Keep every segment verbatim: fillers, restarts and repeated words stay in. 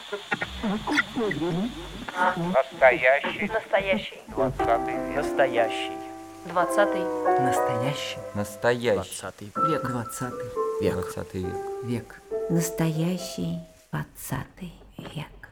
Настоящий. Настоящий. Двадцатый век. Настоящий. Двадцатый. Настоящий. Настоящий. Двадцатый век. Двадцатый век. Двадцатый век. Век. Настоящий двадцатый век.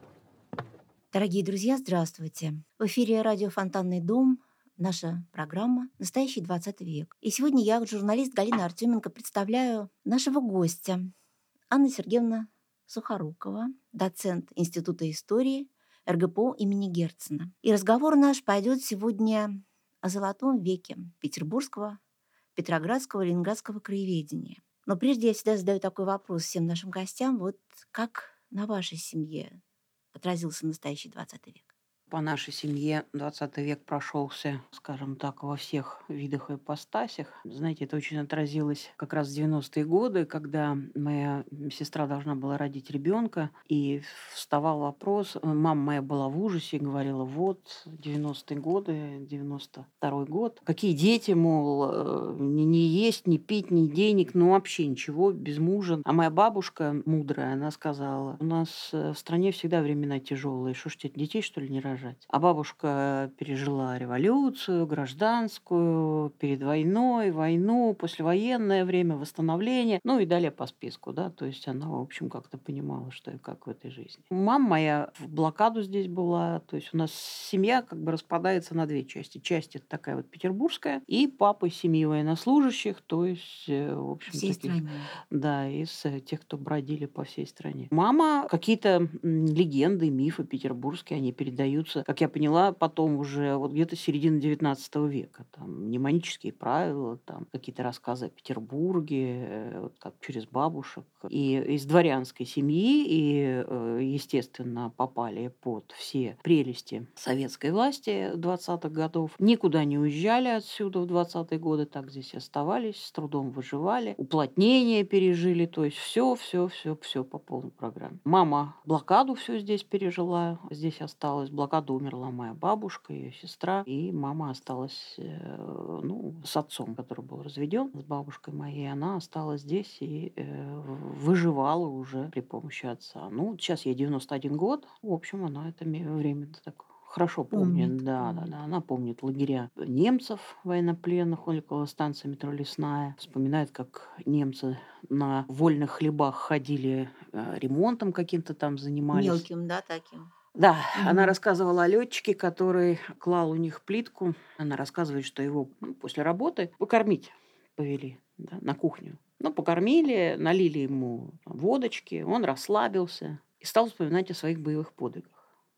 Дорогие друзья, здравствуйте. В эфире радио «Фонтанный дом», наша программа «Настоящий двадцатый век». И сегодня я, журналист Галина Артеменко, представляю нашего гостя Анна Сергеевна Сухорукова, доцент Института истории эр гэ пэ о имени Герцена. И разговор наш пойдет сегодня о золотом веке петербургского, петроградского, ленинградского краеведения. Но прежде я всегда задаю такой вопрос всем нашим гостям. Вот как на вашей семье отразился настоящий двадцатый век? По нашей семье двадцатый век прошелся, скажем так, во всех видах и ипостасях. Знаете, это очень отразилось как раз в девяностые годы, когда моя сестра должна была родить ребенка, и вставал вопрос, мама моя была в ужасе, говорила, вот, девяностые годы, девяносто второй год, какие дети, мол, не, не есть, не пить, ни денег, ну вообще ничего, без мужа. А моя бабушка мудрая, она сказала, у нас в стране всегда времена тяжелые, что ж тебе детей, что ли, не рожать? А бабушка пережила революцию, гражданскую, перед войной, войну, послевоенное время, восстановление, ну и далее по списку, да, то есть она, в общем, как-то понимала, что и как в этой жизни. Мама моя в блокаду здесь была, то есть у нас семья как бы распадается на две части. Часть это такая вот петербургская, и папа семьи военнослужащих, то есть, в общем, Всей таких, стране. да, из тех, кто бродили по всей стране. Мама, какие-то легенды, мифы петербургские, они передаются, как я поняла, потом уже вот где-то середина девятнадцатого века. Там мнемонические правила, там какие-то рассказы о Петербурге, вот как через бабушек. И из дворянской семьи, и, естественно, попали под все прелести советской власти двадцатых годов. Никуда не уезжали отсюда в двадцатые годы, так здесь оставались, с трудом выживали, уплотнение пережили, то есть все, все, все, все по полной программе. Мама блокаду все здесь пережила, здесь осталась блокада. Умерла моя бабушка, ее сестра, и мама осталась э, ну, с отцом, который был разведен с бабушкой моей. Она осталась здесь и э, выживала уже при помощи отца. Ну, сейчас ей девяносто один год. В общем, она это время так хорошо помнит. Помнит, да, помнит. да, да. Она помнит лагеря немцев военнопленных около станции метро Лесная. Вспоминает, как немцы на вольных хлебах ходили, э, ремонтом каким-то там занимались. Мелким, да, таким? Да, Мгм. она рассказывала о летчике, который клал у них плитку. Она рассказывает, что его ну, после работы покормить повели, да, на кухню. Ну, покормили, налили ему там водочки, он расслабился и стал вспоминать о своих боевых подвигах.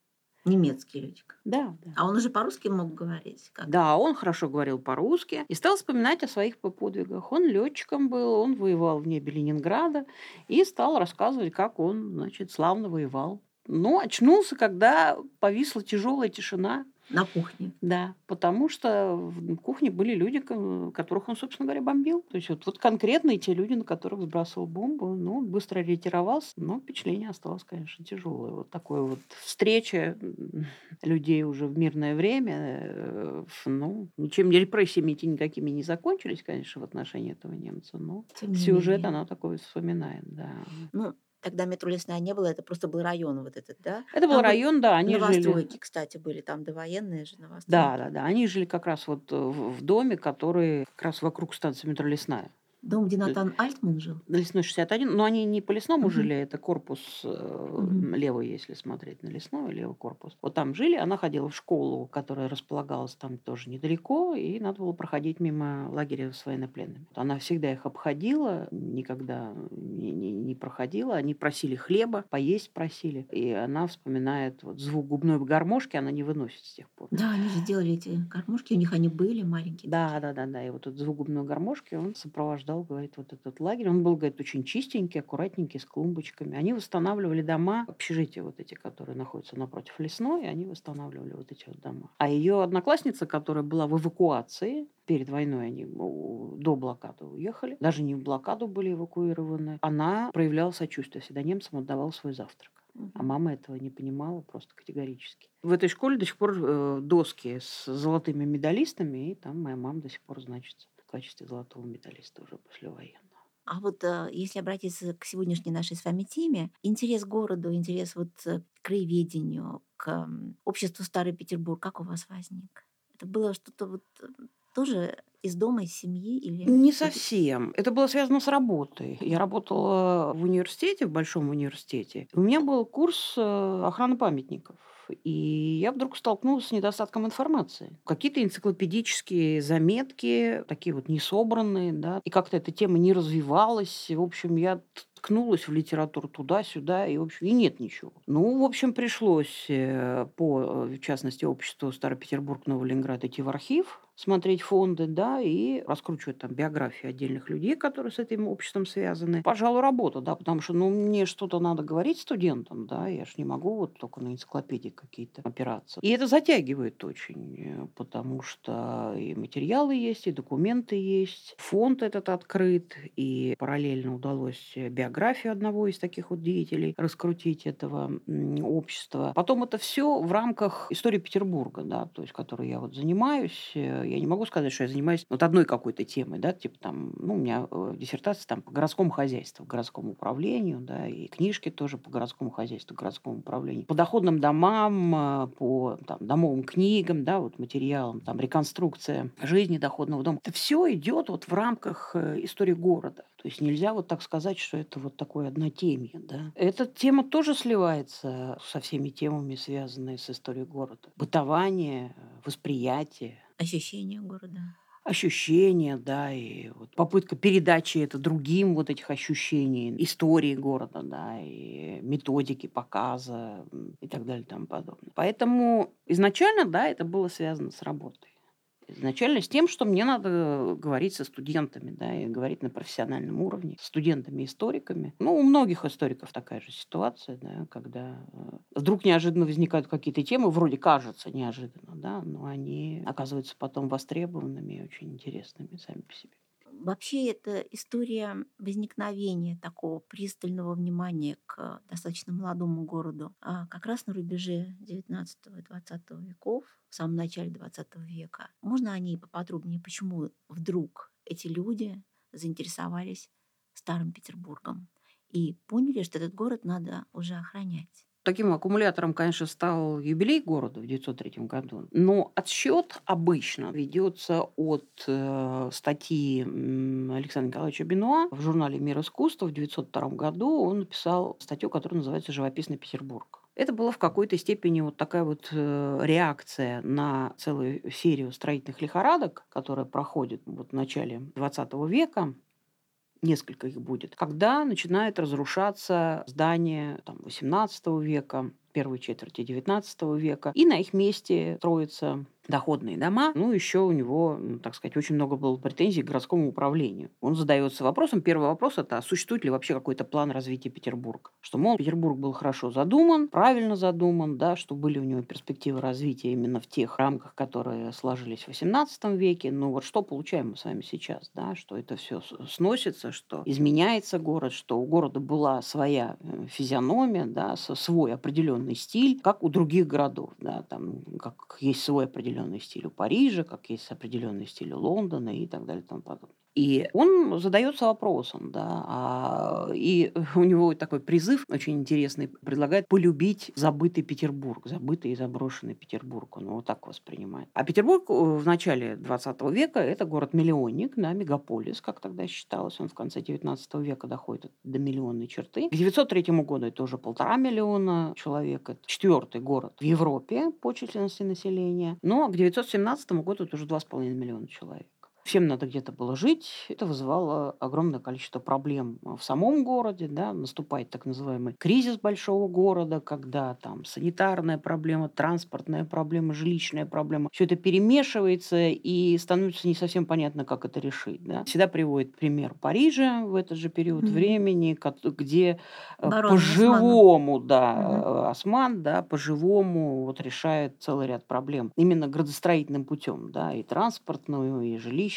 Немецкий летчик. Да, да. А он уже по-русски мог говорить? Как? Да, он хорошо говорил по-русски и стал вспоминать о своих подвигах. Он летчиком был, он воевал в небе Ленинграда и стал рассказывать, как он, значит, славно воевал. Но очнулся, когда повисла тяжелая тишина. На кухне. Да, потому что в кухне были люди, ко- которых он, собственно говоря, бомбил. То есть вот, вот конкретные те люди, на которых сбрасывал бомбу. Ну, он быстро ретировался, но впечатление осталось, конечно, тяжелое. Вот такое вот встреча м, людей уже в мирное время, э, ф- ну, ничем репрессиями эти никакими не закончились, конечно, в отношении этого немца, но Тем не сюжет менее. она такой вспоминает, да. Ну, тогда метро Лесная не было, это просто был район вот этот, да? Это был Там были район, да, они жили... новостройки, кстати, были там довоенные же Да, новостройки. да, да. Они жили как раз вот э, в, в доме, который как раз вокруг станции метро Лесная. Дом, где Л- Натан Альтман жил? На Лесной шестьдесят один. Но они не по Лесному Мгм. жили, это корпус э, Мгм. левый, если смотреть на Лесной, левый корпус. Вот там жили, она ходила в школу, которая располагалась там тоже недалеко, и надо было проходить мимо лагеря с военнопленными. Она всегда их обходила, никогда не, не- не проходила. Они просили хлеба, поесть просили. И она вспоминает вот звук губной гармошки, она не выносит с тех пор. Да, они же делали эти гармошки, у них они были маленькие Да, такие. да, да, да. И вот этот звук губной гармошки, он сопровождал, говорит, вот этот лагерь. Он был, говорит, очень чистенький, аккуратненький, с клумбочками. Они восстанавливали дома, общежития вот эти, которые находятся напротив Лесной, они восстанавливали вот эти вот дома. А ее одноклассница, которая была в эвакуации, перед войной они у- до блокады уехали, даже не в блокаду были эвакуированы, она проявляла сочувствие, всегда немцам отдавала свой завтрак. А Мгм. мама этого не понимала просто категорически. В этой школе до сих пор э, доски с золотыми медалистами, и там моя мама до сих пор значится в качестве золотого медалиста уже послевоенного. А вот э, если обратиться к сегодняшней нашей с вами теме, интерес к городу, интерес вот э, к краеведению, к м, обществу Старый Петербург, как у вас возник? Это было что-то вот э, тоже из дома, из семьи или Не всё-таки- совсем. Это было связано с работой. Я работала в университете, в большом университете. У меня был курс э, охраны памятников. И я вдруг столкнулась с недостатком информации. Какие-то энциклопедические заметки, такие вот несобранные, да. И как-то эта тема не развивалась. В общем, я ткнулась в литературу туда-сюда, и, в общем, и нет ничего. Ну, в общем, пришлось э, по, э, в частности, обществу Старый Петербург, Новый Ленинград идти в архив, смотреть фонды, да, и раскручивать там биографии отдельных людей, которые с этим обществом связаны. Пожалуй, работа, да, потому что, ну, мне что-то надо говорить студентам, да, я же не могу вот только на энциклопедии какие-то опираться. И это затягивает очень, э, потому что и материалы есть, и документы есть, фонд этот открыт, и параллельно удалось э, биографию одного из таких вот деятелей раскрутить этого м, общества. Потом это все в рамках истории Петербурга, да, то есть, которой я вот занимаюсь. Э, Я не могу сказать, что я занимаюсь вот одной какой-то темой, да, типа там, ну, у меня э, диссертация там по городскому хозяйству, городскому управлению, да, и книжки тоже по городскому хозяйству, городскому управлению. По доходным домам, э, по там, домовым книгам, да, вот материалам, там, реконструкция жизни доходного дома. Это все идет вот в рамках э, истории города. То есть нельзя вот так сказать, что это вот такое однотемье, да. Эта тема тоже сливается со всеми темами, связанными с историей города. Бытование, э, восприятие, ощущение города? ощущения, да, и вот попытка передачи это другим вот этих ощущений, истории города, да, и методики показа м, и так далее и тому подобное. Поэтому изначально, да, это было связано с работой. Изначально с тем, что мне надо говорить со студентами, да, и говорить на профессиональном уровне, с студентами-историками. Ну, у многих историков такая же ситуация, да, когда э, вдруг неожиданно возникают какие-то темы, вроде кажется неожиданно, да, но они оказываются потом востребованными и очень интересными сами по себе. Вообще, это история возникновения такого пристального внимания к достаточно молодому городу, а как раз на рубеже девятнадцатого и двадцатого веков, в самом начале двадцатого века. Можно о ней поподробнее, почему вдруг эти люди заинтересовались Старым Петербургом и поняли, что этот город надо уже охранять? Таким аккумулятором, конечно, стал юбилей города в девятьсот третьем году. Но отсчет обычно ведется от э, статьи м, Александра Николаевича Бенуа в журнале «Мир искусства» в девятьсот втором году. Он написал статью, которая называется «Живописный Петербург». Это была в какой-то степени вот такая вот э, реакция на целую серию строительных лихорадок, которая проходит вот в начале двадцатого века. Несколько их будет, когда начинает разрушаться здание там, восемнадцатого века, первой четверти девятнадцатого века, и на их месте строятся доходные дома. Ну, еще у него, ну, так сказать, очень много было претензий к городскому управлению. Он задается вопросом, первый вопрос – это, а существует ли вообще какой-то план развития Петербурга? Что, мол, Петербург был хорошо задуман, правильно задуман, да, что были у него перспективы развития именно в тех рамках, которые сложились в восемнадцатом веке. Но вот что получаем мы с вами сейчас, да, что это все сносится, что изменяется город, что у города была своя э, физиономия, да, со- свой определенный стиль, как у других городов, да, там, как есть свой определенный стиль у Парижа, как есть определенный стиль у Лондона и так далее и тому подобное. И он задается вопросом, да, а, и у него такой призыв очень интересный, предлагает полюбить забытый Петербург, забытый и заброшенный Петербург, он его вот так воспринимает. А Петербург э, в начале двадцатого века – это город-миллионник, да, мегаполис, как тогда считалось, он в конце девятнадцатого века доходит до миллионной черты. К девятьсот третьему году это уже полтора миллиона человек, это четвертый город в Европе по численности населения, но к девятьсот семнадцатому году это уже два с половиной миллиона человек. Всем надо где-то было жить. Это вызывало огромное количество проблем в самом городе. Да. Наступает так называемый кризис большого города, когда там санитарная проблема, транспортная проблема, жилищная проблема. Все это перемешивается и становится не совсем понятно, как это решить. Да. Всегда приводит пример Парижа в этот же период Мгм. времени, кот- где э, Барона по-живому, Мгм. да, э, Осман, да, по-живому вот решает целый ряд проблем. Именно градостроительным путем, да, и транспортную, и жилищную,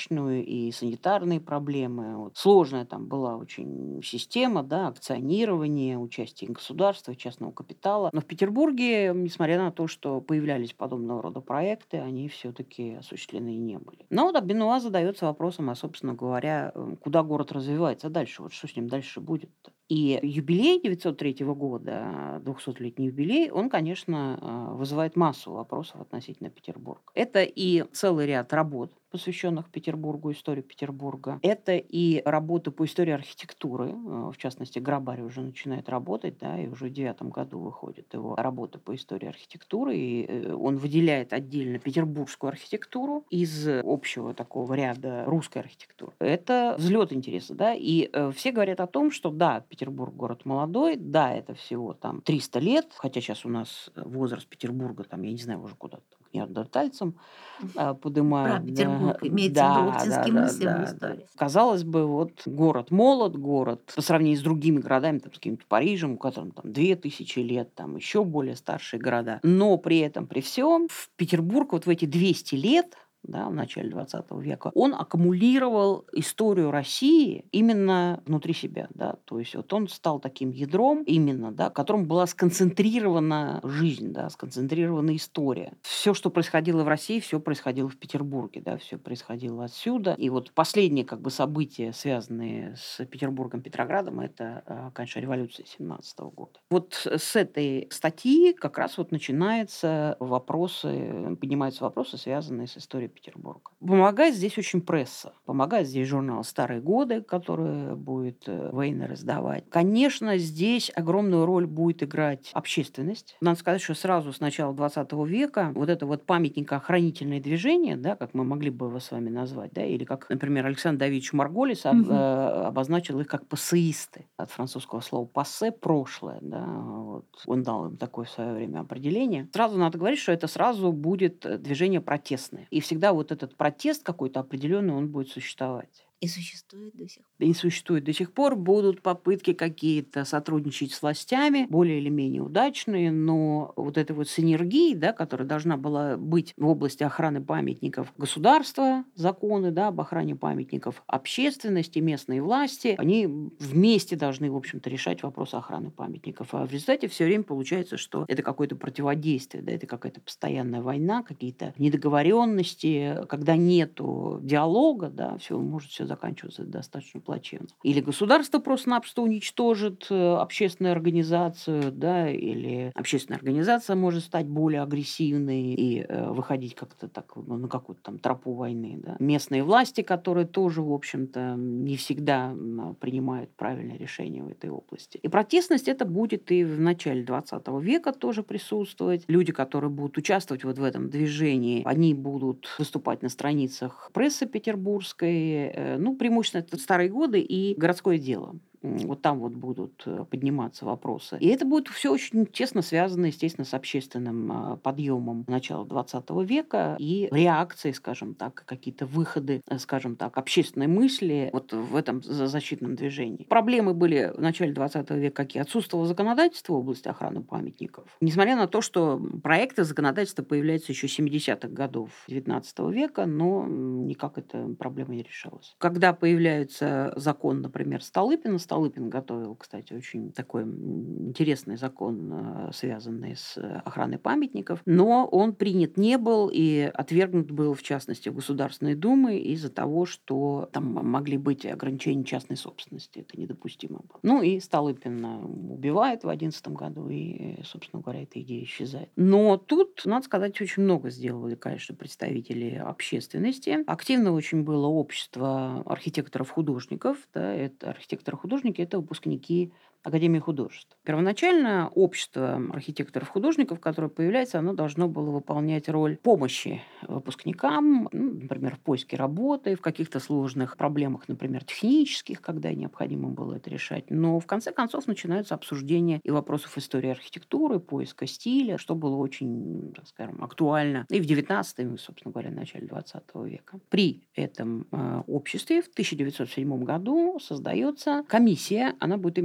жилищную, и санитарные проблемы. Вот. Сложная там была очень система, да, акционирование, участие государства, частного капитала. Но в Петербурге, несмотря на то, что появлялись подобного рода проекты, они все-таки осуществлены не были. Но вот Бенуа задается вопросом, а, собственно говоря, куда город развивается дальше, вот что с ним дальше будет-то. И юбилей девятьсот третьего года, двухсотлетний юбилей, он, конечно, вызывает массу вопросов относительно Петербурга. Это и целый ряд работ, посвященных Петербургу, истории Петербурга. Это и работы по истории архитектуры. В частности, Грабарь уже начинает работать, да, и уже в девятом году выходит его работа по истории архитектуры. И он выделяет отдельно петербургскую архитектуру из общего такого ряда русской архитектуры. Это взлет интереса, да, и все говорят о том, что да, Петербург город молодой, да, это всего там триста лет, хотя сейчас у нас возраст Петербурга, там, я не знаю, уже куда-то к неандертальцам поднимают. Про Петербург да, имеется да, в виду Лохтинские да, мысли да, в да. истории. Казалось бы, вот город молод, город по сравнению с другими городами, там, с каким-то Парижем, у которого там две тысячи лет, там еще более старшие города. Но при этом, при всем, в Петербург вот в эти двести лет, да, в начале двадцатого века, он аккумулировал историю России именно внутри себя. Да? То есть вот он стал таким ядром именно, да, в котором была сконцентрирована жизнь, да, сконцентрирована история. Все, что происходило в России, все происходило в Петербурге, да, все происходило отсюда. И вот последние как бы, события, связанные с Петербургом, Петроградом, это, конечно, революция семнадцатого года. Вот с этой статьи как раз вот начинаются вопросы, поднимаются вопросы, связанные с историей Петербурга. Помогает здесь очень пресса. Помогает здесь журнал «Старые годы», который будет Вейнер издавать. Конечно, здесь огромную роль будет играть общественность. Надо сказать, что сразу с начала двадцатого века вот это вот памятникоохранительное движение, да, как мы могли бы его с вами назвать, да, или как, например, Александр Давидович Марголис об, Мгм. э, обозначил их как пассеисты. От французского слова «пассе» – прошлое. Да, вот. Он дал им такое в свое время определение. Сразу надо говорить, что это сразу будет движение протестное. И всегда вот этот протест какой-то определенный, он будет существовать. И существует до сих пор. И существует до сих пор. Будут попытки какие-то сотрудничать с властями, более или менее удачные, но вот этой вот синергии, да, которая должна была быть в области охраны памятников государства, законы, да, об охране памятников, общественности, местные власти, они вместе должны, в общем-то, решать вопрос охраны памятников. А в результате все время получается, что это какое-то противодействие, да, это какая-то постоянная война, какие-то недоговоренности, когда нету диалога, да, все может все заканчиваться достаточно плачевно. Или государство просто-напросто уничтожит общественную организацию, да, или общественная организация может стать более агрессивной и э, выходить как-то так ну, на какую-то там тропу войны. Да. Местные власти, которые тоже, в общем-то, не всегда принимают правильные решения в этой области. И протестность это будет и в начале двадцатого века тоже присутствовать. Люди, которые будут участвовать вот в этом движении, они будут выступать на страницах прессы петербургской, ну, преимущественно это старые годы и городское дело. Вот там вот будут подниматься вопросы. И это будет все очень тесно связано, естественно, с общественным подъемом начала двадцатого века и реакцией, скажем так, какие-то выходы, скажем так, общественной мысли вот в этом защитном движении. Проблемы были в начале двадцатого века какие? Отсутствовало законодательство в области охраны памятников. Несмотря на то, что проекты законодательства появляются еще семидесятых годов девятнадцатого века, но никак эта проблема не решалась. Когда появляется закон, например, Столыпина, Столыпин готовил, кстати, очень такой интересный закон, связанный с охраной памятников, но он принят не был и отвергнут был, в частности, в Государственной Думе из-за того, что там могли быть ограничения частной собственности. Это недопустимо было. Ну и Столыпин убивает в одиннадцатом году, и, собственно говоря, эта идея исчезает. Но тут, надо сказать, очень много сделали, конечно, представители общественности. Активно очень было общество архитекторов-художников. Да, это архитекторы-художники это выпускники Академии художеств. Первоначально общество архитекторов-художников, которое появляется, оно должно было выполнять роль помощи выпускникам, ну, например, в поиске работы, в каких-то сложных проблемах, например, технических, когда необходимо было это решать. Но в конце концов начинаются обсуждения и вопросов истории архитектуры, поиска стиля, что было очень, так скажем, актуально и в девятнадцатом, и, собственно говоря, в начале двадцатого века. При этом э, обществе в тысяча девятьсот седьмом году создается комиссия, она будет иметь довольно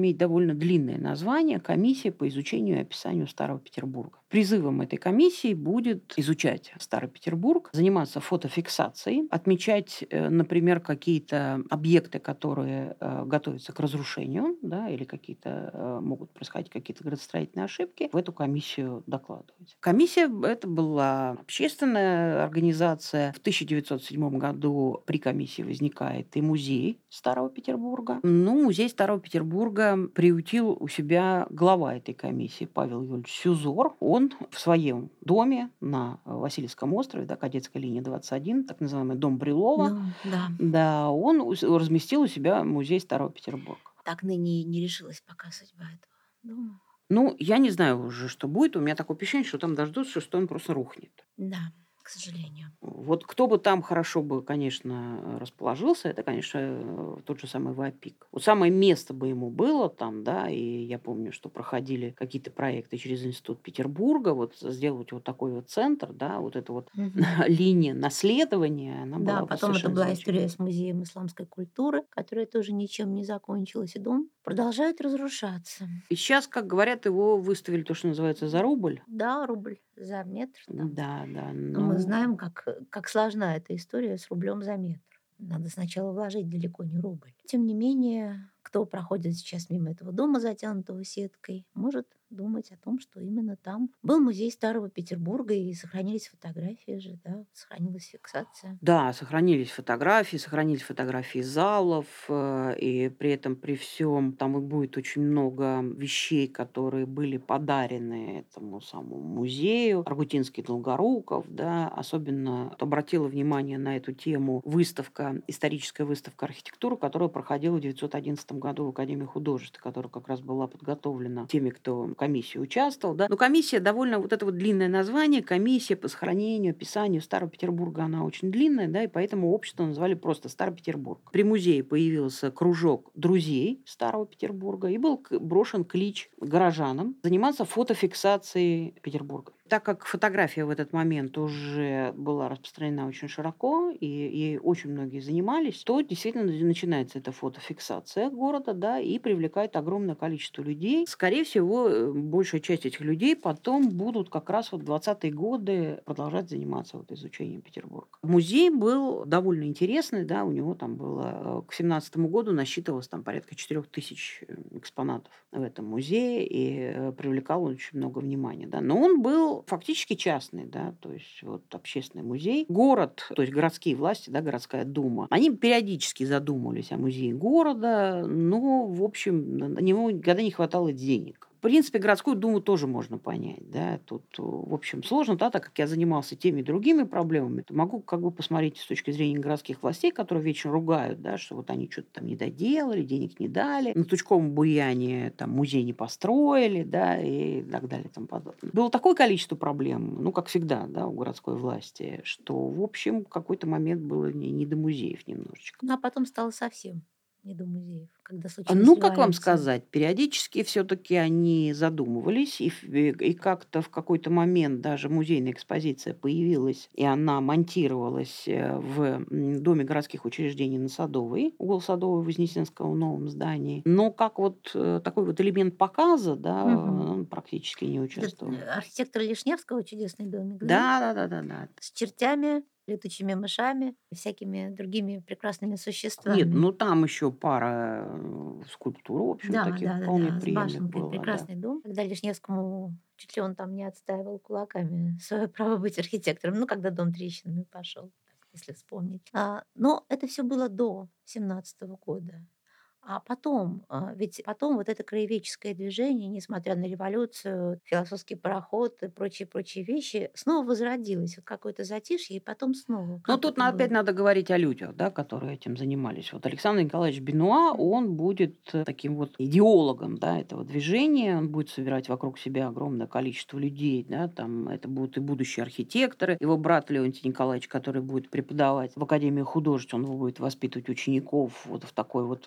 довольно длинное название «Комиссия по изучению и описанию Старого Петербурга». Призывом этой комиссии будет изучать Старый Петербург, заниматься фотофиксацией, отмечать, э, например, какие-то объекты, которые э, готовятся к разрушению, да, или какие-то э, могут происходить какие-то градостроительные ошибки, в эту комиссию докладывать. Комиссия это была общественная организация. В тысяча девятьсот седьмом году при комиссии возникает и музей Старого Петербурга. Ну, музей Старого Петербурга приютил у себя глава этой комиссии Павел Юрьевич Сюзор. Он в своем доме на Васильевском острове, да, Кадетская линия двадцать один, так называемый дом Брюлова, Ну, да. да, он ус- разместил у себя музей Старого Петербурга. Так ныне и не решилась пока судьба этого дома. Ну, я не знаю уже, что будет. У меня такое впечатление, что там дождутся, что он просто рухнет. Да, к сожалению. Вот кто бы там хорошо бы, конечно, расположился, это, конечно, э, тот же самый Вапик. Вот самое место бы ему было там, да, и я помню, что проходили какие-то проекты через Институт Петербурга, вот сделать вот такой вот центр, да, вот эта вот Мгм. линия наследования, она Да, была бы потом это совершенно была замечательной. история с музеем исламской культуры, которая тоже ничем не закончилась, и дом продолжает разрушаться. И сейчас, как говорят, его выставили то, что называется, за рубль. Да, рубль за метр там. Да, да, Но мы ну, знаем, как, э, как сложна эта история с рублем за метр. Надо сначала вложить далеко не рубль. Тем не менее, кто проходит сейчас мимо этого дома, затянутого сеткой, может думать о том, что именно там был музей Старого Петербурга, и сохранились фотографии же, да, сохранилась фиксация. да, сохранились фотографии, сохранились фотографии залов, э, и при этом, при всем, там и будет очень много вещей, которые были подарены этому самому музею. Аргутинский Долгоруков, да, особенно обратила внимание на эту тему выставка, историческая выставка архитектуры, которая проходила в девятьсот одиннадцатом году в Академии художеств, которая как раз была подготовлена теми, кто в комиссии участвовал. Да. Но комиссия довольно, вот это вот длинное название, комиссия по сохранению, описанию Старого Петербурга, она очень длинная, да, и поэтому общество назвали просто Старый Петербург. При музее появился кружок друзей Старого Петербурга, и был к- брошен клич горожанам заниматься фотофиксацией Петербурга. Так как фотография в этот момент уже была распространена очень широко, и, и очень многие занимались, то действительно начинается эта фотофиксация города, да, и привлекает огромное количество людей. Скорее всего, э, большая часть этих людей потом будут как раз вот в двадцатые годы продолжать заниматься вот изучением Петербурга. Музей был довольно интересный, да, у него там было э, к семнадцатому году насчитывалось там порядка четырех тысяч э, экспонатов в этом музее, и э, привлекал он очень много внимания, да. Но он был фактически частный, да, то есть вот общественный музей. Город, то есть городские власти, да, городская дума, они периодически задумывались о музее города, но, в общем, на на него никогда не хватало денег. В принципе, городскую думу тоже можно понять, да, тут, э, в общем, сложно, да, так как я занимался теми и другими проблемами, то могу как бы посмотреть с точки зрения городских властей, которые вечно ругают, да, что вот они что-то там не доделали, денег не дали, на Тучковом буяне там музей не построили, да, и так далее и тому подобное. Было такое количество проблем, ну, как всегда, да, у городской власти, что, в общем, в какой-то момент было не, не до музеев немножечко. Ну, а потом стало совсем не до музеев, когда А, случилась Ну, как вам революция. сказать, периодически все-таки они задумывались, и, ф- и и как-то в какой-то момент даже музейная экспозиция появилась, и она монтировалась э, в м, Доме городских учреждений на Садовой, угол Садовой Вознесенского в новом здании. Но как вот э, такой вот элемент показа, да, Мгм. он практически не Этот, участвовал. э, архитектора Лишневского чудесный домик, да? Да, да, да, да, да. С чертями, летучими мышами и всякими другими прекрасными Нет, существами. ну там еще пара э, скульптур, в общем, Да, таких да, да, вполне да, с приемных башенкой. было, да. Прекрасный дом. Когда Лишневскому чуть ли он там не отстаивал кулаками свое право быть архитектором. Ну, когда дом трещинами пошел, если вспомнить. А, но это все было до семнадцатого года. А потом, а, ведь потом вот это краеведческое движение, несмотря на революцию, философский пароход и прочие-прочие вещи, снова возродилось. Вот какое-то затишье, и потом снова. Ну, Как тут это на- опять было? надо говорить о людях, да, которые этим занимались. Вот Александр Николаевич Бенуа, Мгм. он будет э, таким вот идеологом, да, этого движения, он будет собирать вокруг себя огромное количество людей, да, там это будут и будущие архитекторы, его брат Леонтий Николаевич, который будет преподавать в Академии художеств, он будет воспитывать учеников вот в такой вот м, тоже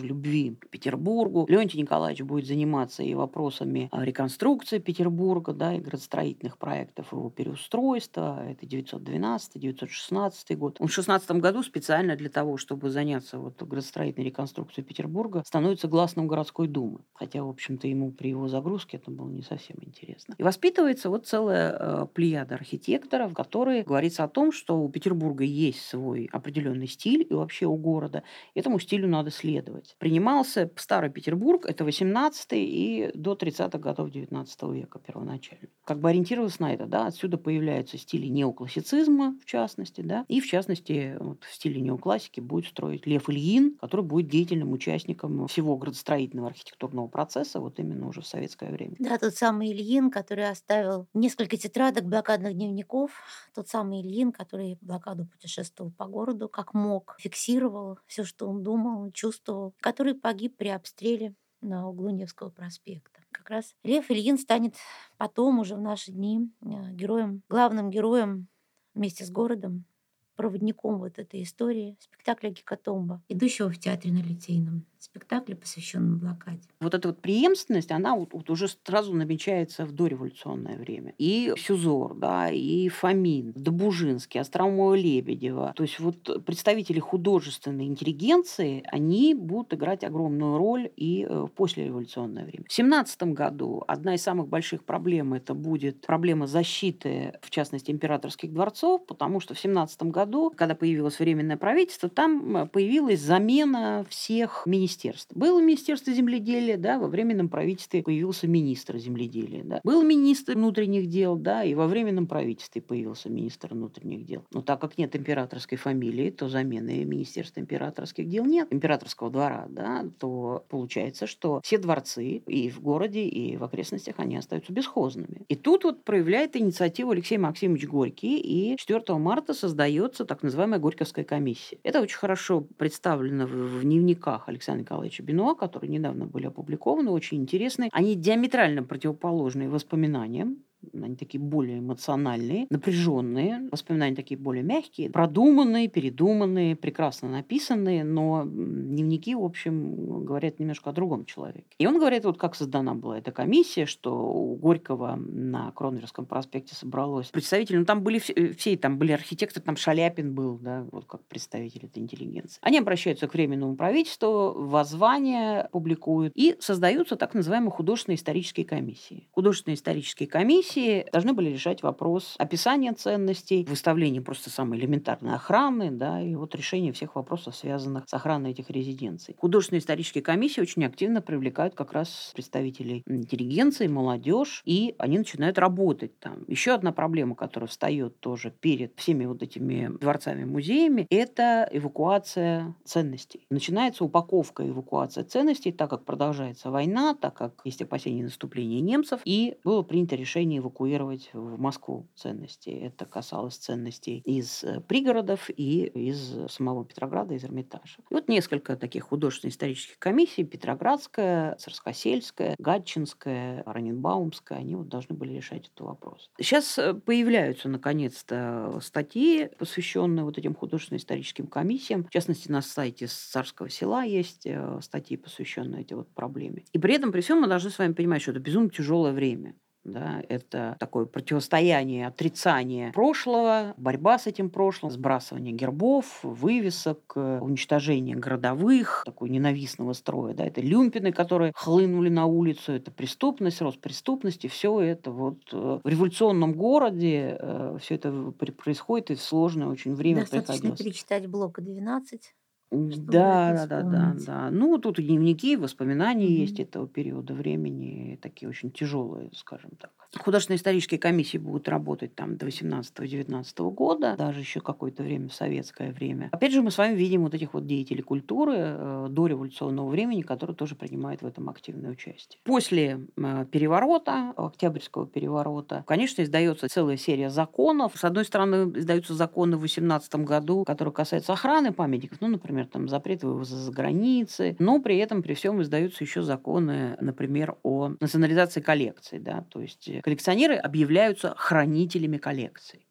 тоже любви к Петербургу. Леонтий Николаевич будет заниматься и вопросами а, реконструкции Петербурга, да, и градостроительных проектов его переустройства. Это девятьсот двенадцатый — девятьсот шестнадцатый год. Он в шестнадцатом году специально для того, чтобы заняться вот градостроительной реконструкцией Петербурга, становится гласным городской думы. Хотя, в общем-то, ему при его загрузке это было не совсем интересно. И воспитывается вот целая э, плеяда архитекторов, в которой говорится о том, что у Петербурга есть свой определенный стиль и вообще у города. Этому стилю надо следовать. Принимался Старый Петербург, это восемнадцатый и до тридцатых годов девятнадцатого века первоначально. Как бы ориентировался на это, да, отсюда появляются стили неоклассицизма, в частности, да, и в частности вот в стиле неоклассики будет строить Лев Ильин, который будет деятельным участником всего градостроительного архитектурного процесса вот именно уже в советское время. Да, тот самый Ильин, который оставил несколько тетрадок блокадных дневников, тот самый Ильин, который в блокаду путешествовал по городу как мог, фиксировал все, что он думал, чувствовал, который погиб при обстреле на углу Невского проспекта. Как раз Лев Ильин станет потом уже в наши дни э, героем, главным героем вместе с городом, проводником вот этой истории спектакля «Гекатомба», идущего в театре на Литейном. Спектакль, посвященный блокаде. Вот эта вот преемственность, она вот, вот уже сразу намечается в дореволюционное время. И Сюзор, да, и Фомин, Добужинский, Остроумова-Лебедева. То есть вот представители художественной интеллигенции, они будут играть огромную роль и в послереволюционное время. В семнадцатом году одна из самых больших проблем это будет проблема защиты, в частности, императорских дворцов, потому что в семнадцатом году, когда появилось Временное правительство, там появилась замена всех министерств. Было Министерство земледелия, да, во Временном правительстве появился министр земледелия. Да. Был министр внутренних дел, да, и во Временном правительстве появился министр внутренних дел. Но так как нет императорской фамилии, то замены Министерства императорских дел нет, императорского двора, да, то получается, что все дворцы и в городе, и в окрестностях, они остаются бесхозными. И тут вот проявляет инициативу Алексей Максимович Горький, и четвёртого марта создается так называемая Горьковская комиссия. Это очень хорошо представлено в, в дневниках Александра Николаевича Бенуа, которые недавно были опубликованы, очень интересные. Они диаметрально противоположные воспоминаниям. Они такие более эмоциональные, напряженные. Воспоминания такие более мягкие, продуманные, передуманные, прекрасно написанные, но дневники, в общем, говорят немножко о другом человеке. И он говорит, вот как создана была эта комиссия, что у Горького на Кронверском проспекте собралось представители, ну там были все, все там были архитекторы, там Шаляпин был, да, вот как представитель этой интеллигенции. Они обращаются к Временному правительству, воззвания публикуют, и создаются так называемые художественные исторические комиссии. Художественные исторические комиссии должны были решать вопрос описания ценностей, выставления просто самой элементарной охраны, да, и вот решение всех вопросов, связанных с охраной этих резиденций. Художественные исторические комиссии очень активно привлекают как раз представителей интеллигенции, молодежь, и они начинают работать там. Еще одна проблема, которая встает тоже перед всеми вот этими дворцами-музеями, это эвакуация ценностей. Начинается упаковка и эвакуация ценностей, так как продолжается война, так как есть опасения наступления немцев, и было принято решение эвакуировать в Москву ценности. Это касалось ценностей из пригородов и из самого Петрограда, из Эрмитажа. И вот несколько таких художественно-исторических комиссий: Петроградская, Царскосельская, Гатчинская, Раненбаумская, они вот должны были решать этот вопрос. Сейчас появляются, наконец-то, статьи, посвященные вот этим художественно-историческим комиссиям. В частности, на сайте Царского села есть статьи, посвященные этой вот проблеме. И при этом, при всем, мы должны с вами понимать, что это безумно тяжелое время. Да, это такое противостояние, отрицание прошлого, борьба с этим прошлым, сбрасывание гербов, вывесок, уничтожение городовых, такой ненавистного строя. Да, это люмпины, которые хлынули на улицу, это преступность, рост преступности. Все это вот в революционном городе, все это происходит, и в сложное очень время Достаточно приходилось. перечитать Блока двенадцать. Да, да, да, да, вспомнить. да. Ну, тут и дневники, воспоминания Мгм. есть этого периода времени, такие очень тяжелые, скажем так. Художественно-исторические комиссии будут работать там до восемнадцатого-девятнадцатого года, даже еще какое-то время в советское время. Опять же, мы с вами видим вот этих вот деятелей культуры э, до революционного времени, которые тоже принимают в этом активное участие. После э, переворота, Октябрьского переворота, конечно, издается целая серия законов. С одной стороны, издаются законы в восемнадцатом году, которые касаются охраны памятников, ну, например, там запрет вывоза за границы, но при этом, при всем, издаются еще законы, например, о национализации коллекций, да, то есть коллекционеры объявляются хранителями коллекций.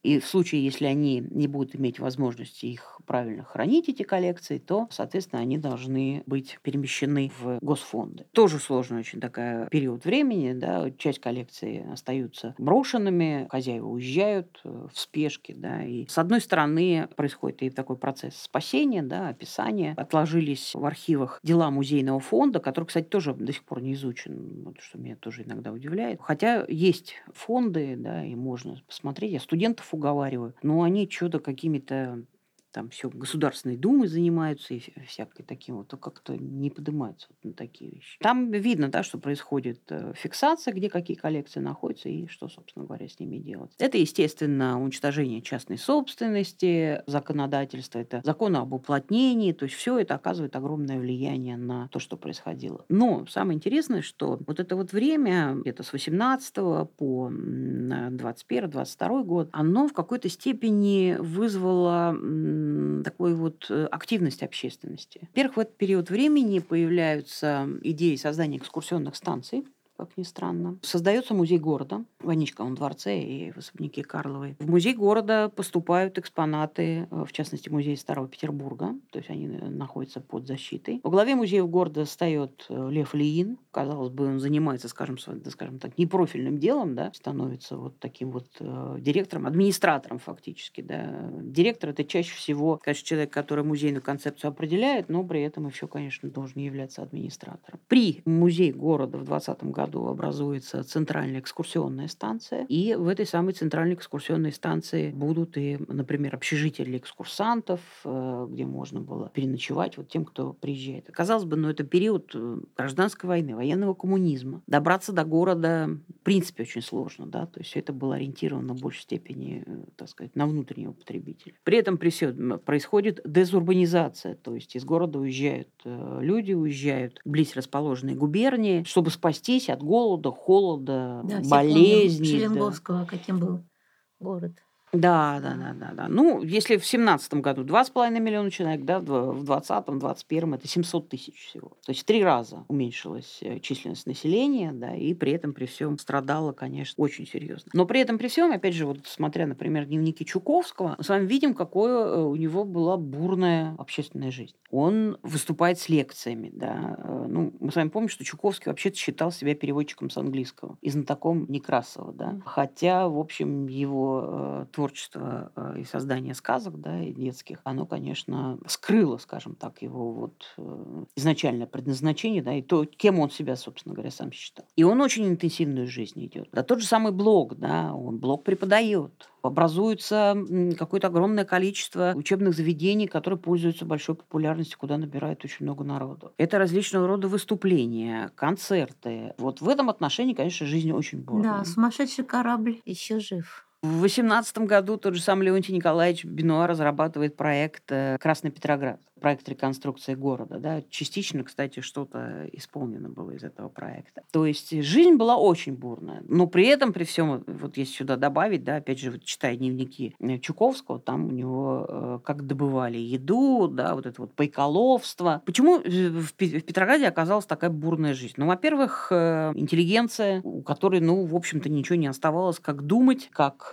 И в случае, если они не будут иметь возможности их правильно хранить, эти коллекции, то, соответственно, они должны быть перемещены в госфонды. Тоже сложный очень такой период времени, да, часть коллекций остаются брошенными, хозяева уезжают э, в спешке, да, и с одной стороны происходит и такой процесс спасения, да, описания. Отложились в архивах дела музейного фонда, который, кстати, тоже до сих пор не изучен, вот, что меня тоже иногда удивляет. Хотя есть фонды, да, и можно посмотреть. Я студентов уговариваю, но они что-то какими-то там все Государственной Думой занимаются и вся- всякой таким вот, то как-то не поднимаются вот на такие вещи. Там видно, да, что происходит э, фиксация, где какие коллекции находятся и что, собственно говоря, с ними делать. Это, естественно, уничтожение частной собственности, законодательство, это законы об уплотнении, то есть все это оказывает огромное влияние на то, что происходило. Но самое интересное, что вот это вот время, где-то с восемнадцатого по двадцать первый двадцать второй год, оно в какой-то степени вызвало м, такой вот э, активность общественности. Во-первых, в этот период времени появляются идеи создания экскурсионных станций, как ни странно. Создается музей города в Аничковом дворце и в особняке Карловой. В музей города поступают экспонаты, э, в частности, музей Старого Петербурга, то есть они э, находятся под защитой. Во главе музея города встает э, Лев Ильин. Казалось бы, он занимается, скажем, с- да, скажем так, непрофильным делом, да, становится вот таким вот э, директором, администратором фактически. Да. Директор – это чаще всего, конечно, человек, который музейную концепцию определяет, но при этом еще, конечно, должен являться администратором. При музее города в двадцатом году образуется центральная экскурсионная станция, и в этой самой центральной экскурсионной станции будут и, например, общежития для экскурсантов, э, где можно было переночевать вот тем, кто приезжает. Казалось бы, ну, это период э, гражданской войны, военного коммунизма. Добраться до города, в принципе, очень сложно, да, то есть это было ориентировано в большей степени, э, так сказать, на внутреннего потребителя. При этом при всем происходит дезурбанизация, то есть из города уезжают э, люди, уезжают в близ расположенные губернии, чтобы спастись от голода, холода, Да, все помним болезней. Да. Шеленговского, каким был город. Да, да, да, да, да. Ну, если в семнадцатом году два с половиной миллиона человек, да, в дв- в двадцатом, двадцать первом это семьсот тысяч всего. То есть в три раза уменьшилась э, численность населения, да, и при этом при всем страдала, конечно, очень серьезно. Но при этом при всем, опять же, вот смотря, например, дневники Чуковского, мы с вами видим, какое э, у него была бурная общественная жизнь. Он выступает с лекциями, да. Э, Ну, мы с вами помним, что Чуковский вообще-то считал себя переводчиком с английского и знатоком Некрасова, да. Хотя, в общем, его э, творчество э, и создание сказок, да, и детских, оно, конечно, скрыло, скажем так, его вот э, изначальное предназначение, да, и то, кем он себя, собственно говоря, сам считал. И он очень интенсивную жизнь идет. Да, тот же самый Блок, да, он Блок преподает. Образуется м, какое-то огромное количество учебных заведений, которые пользуются большой популярностью, куда набирают очень много народу. Это различного рода выступления, концерты. Вот в этом отношении, конечно, жизнь очень бурная. Да, сумасшедший корабль еще жив. В восемнадцатом году тот же самый Леонтий Николаевич Бенуа разрабатывает проект э, «Красный Петроград», проект реконструкции города. Да. Частично, кстати, что-то исполнено было из этого проекта. То есть жизнь была очень бурная. Но при этом, при всем, вот если сюда добавить, да, опять же, вот читая дневники э, Чуковского, там у него э, как добывали еду, да, вот это вот пайколовство. Почему э, в Пе- в Петрограде оказалась такая бурная жизнь? Ну, во-первых, э, интеллигенция, у которой, ну, в общем-то, ничего не оставалось, как думать, как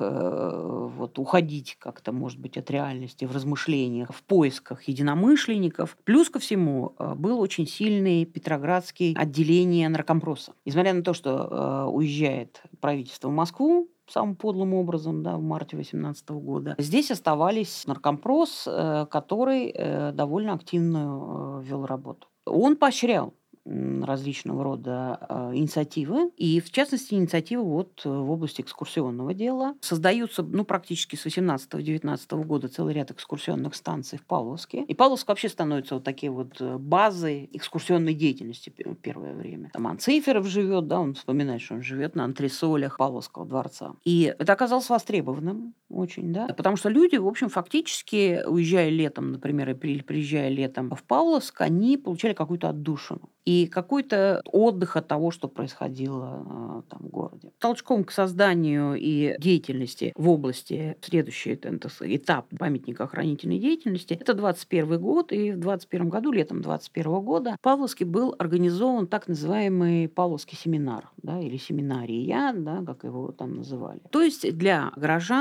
э, вот уходить как-то, может быть, от реальности в размышлениях, в поисках единомышленников. Плюс ко всему э, был очень сильный петроградский отделение наркомпроса. Несмотря на то, что э, уезжает правительство в Москву, самым подлым образом, да, в марте восемнадцатого года. Здесь оставались наркомпрос, э, который э, довольно активную э, вел работу. Он поощрял м, различного рода э, инициативы, и в частности инициативы вот э, в области экскурсионного дела. Создаются, ну, практически с восемнадцатого-девятнадцатого года целый ряд экскурсионных станций в Павловске. И Павловск вообще становится вот такие вот э, базой экскурсионной деятельности пе- первое время. Там Анциферов живет, да, он вспоминает, что он живет на антресолях Павловского дворца. И это оказалось востребованным очень, да, потому что люди, в общем, фактически, уезжая летом, например, и при- приезжая летом в Павловск, они получали какую-то отдушину и какой-то отдых от того, что происходило э, там в городе. Толчком к созданию и деятельности в области, следующий это, это этап памятника охранительной деятельности, это двадцать первый год, и в двадцать первом году, летом двадцать первого года, в Павловске был организован так называемый Павловский семинар, да, или семинария, да, как его там называли. То есть для горожан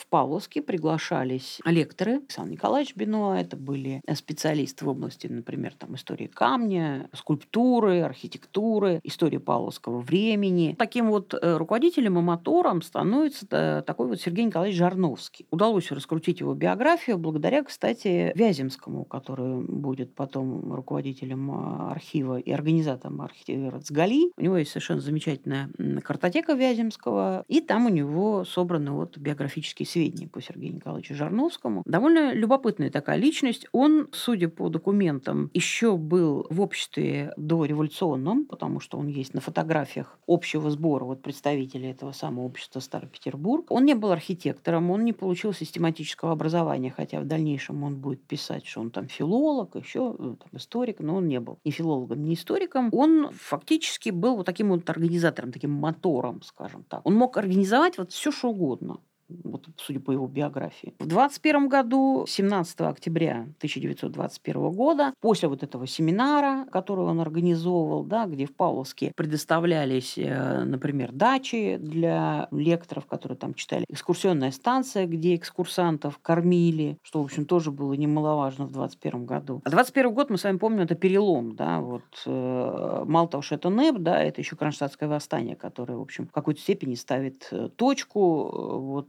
в Павловске приглашались лекторы. Александр Николаевич Бенуа, это были специалисты в области, например, там, истории камня, скульптуры, архитектуры, истории павловского времени. Таким вот руководителем и мотором становится такой вот Сергей Николаевич Жарновский. Удалось раскрутить его биографию благодаря, кстати, Вяземскому, который будет потом руководителем архива и организатором архива Рацгали. У него есть совершенно замечательная картотека Вяземского, и там у него собраны вот биографические сведения по Сергею Николаевичу Жарновскому. Довольно любопытная такая личность. Он, судя по документам, еще был в обществе дореволюционном, потому что он есть на фотографиях общего сбора вот представителей этого самого общества Старый Петербург. Он не был архитектором, он не получил систематического образования, хотя в дальнейшем он будет писать, что он там филолог, еще там, историк, но он не был ни филологом, ни историком. Он фактически был вот таким вот организатором, таким мотором, скажем так. Он мог организовать вот все, что угодно. Вот, судя по его биографии. В двадцать первом году, семнадцатого октября тысяча девятьсот двадцать первого года, после вот этого семинара, который он организовывал, да, где в Павловске предоставлялись, например, дачи для лекторов, которые там читали, экскурсионная станция, где экскурсантов кормили, что, в общем, тоже было немаловажно в двадцать первом году. А двадцать первый год, мы с вами помним, это перелом, да, вот, э, мало того, что это НЭП, да, это еще Кронштадтское восстание, которое, в общем, в какой-то степени ставит точку, вот,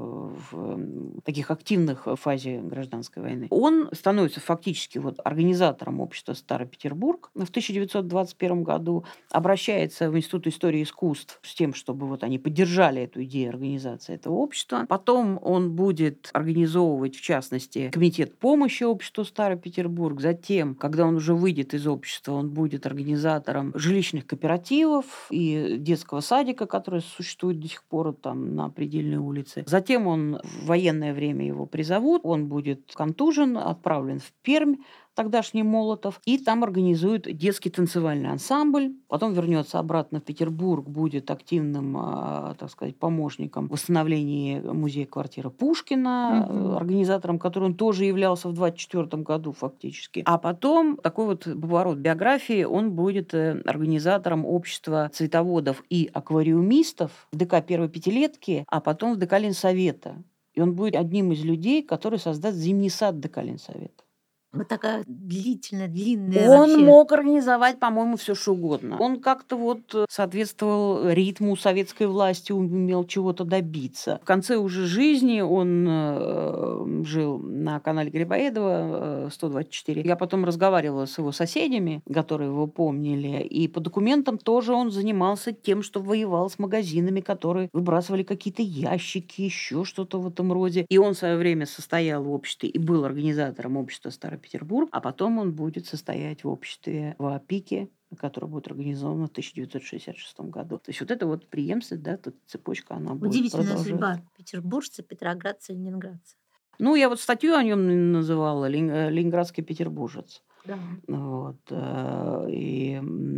в таких активных фазе гражданской войны. Он становится фактически вот организатором общества Старый Петербург. В тысяча девятьсот двадцать первом году обращается в Институт истории и искусств с тем, чтобы вот они поддержали эту идею организации этого общества. Потом он будет организовывать, в частности, комитет помощи обществу Старый Петербург. Затем, когда он уже выйдет из общества, он будет организатором жилищных кооперативов и детского садика, который существует до сих пор там на Предельной улице. Затем он в военное время его призовут, он будет контужен, отправлен в Пермь, тогдашний Молотов, и там организует детский танцевальный ансамбль. Потом вернется обратно в Петербург, будет активным, так сказать, помощником в восстановлении музея-квартиры Пушкина, mm-hmm. организатором, которым он тоже являлся в двадцать четвёртом году фактически. А потом такой вот поворот биографии, он будет организатором общества цветоводов и аквариумистов в ДК первой пятилетки, а потом в ДК Ленсовета. И он будет одним из людей, который создаст зимний сад ДК Ленсовета. Вот такая длительная, длинная Он вообще. мог организовать, по-моему, все что угодно. Он как-то вот соответствовал ритму советской власти, умел чего-то добиться. В конце уже жизни он э, жил на канале Грибоедова э, сто двадцать четыре. Я потом разговаривала с его соседями, которые его помнили, и по документам тоже он занимался тем, что воевал с магазинами, которые выбрасывали какие-то ящики, еще что-то в этом роде. И он в свое время состоял в обществе и был организатором общества Старый Петербург, а потом он будет состоять в обществе в ПИКе, которое будет организовано в тысяча девятьсот шестьдесят шестом году. То есть вот эта вот преемственность, да, тут цепочка, она будет Удивительная продолжаться. судьба петербуржца, петроградца, ленинградца. Ну, я вот статью о нем называла «Ленинградский петербуржец». Да. Вот. И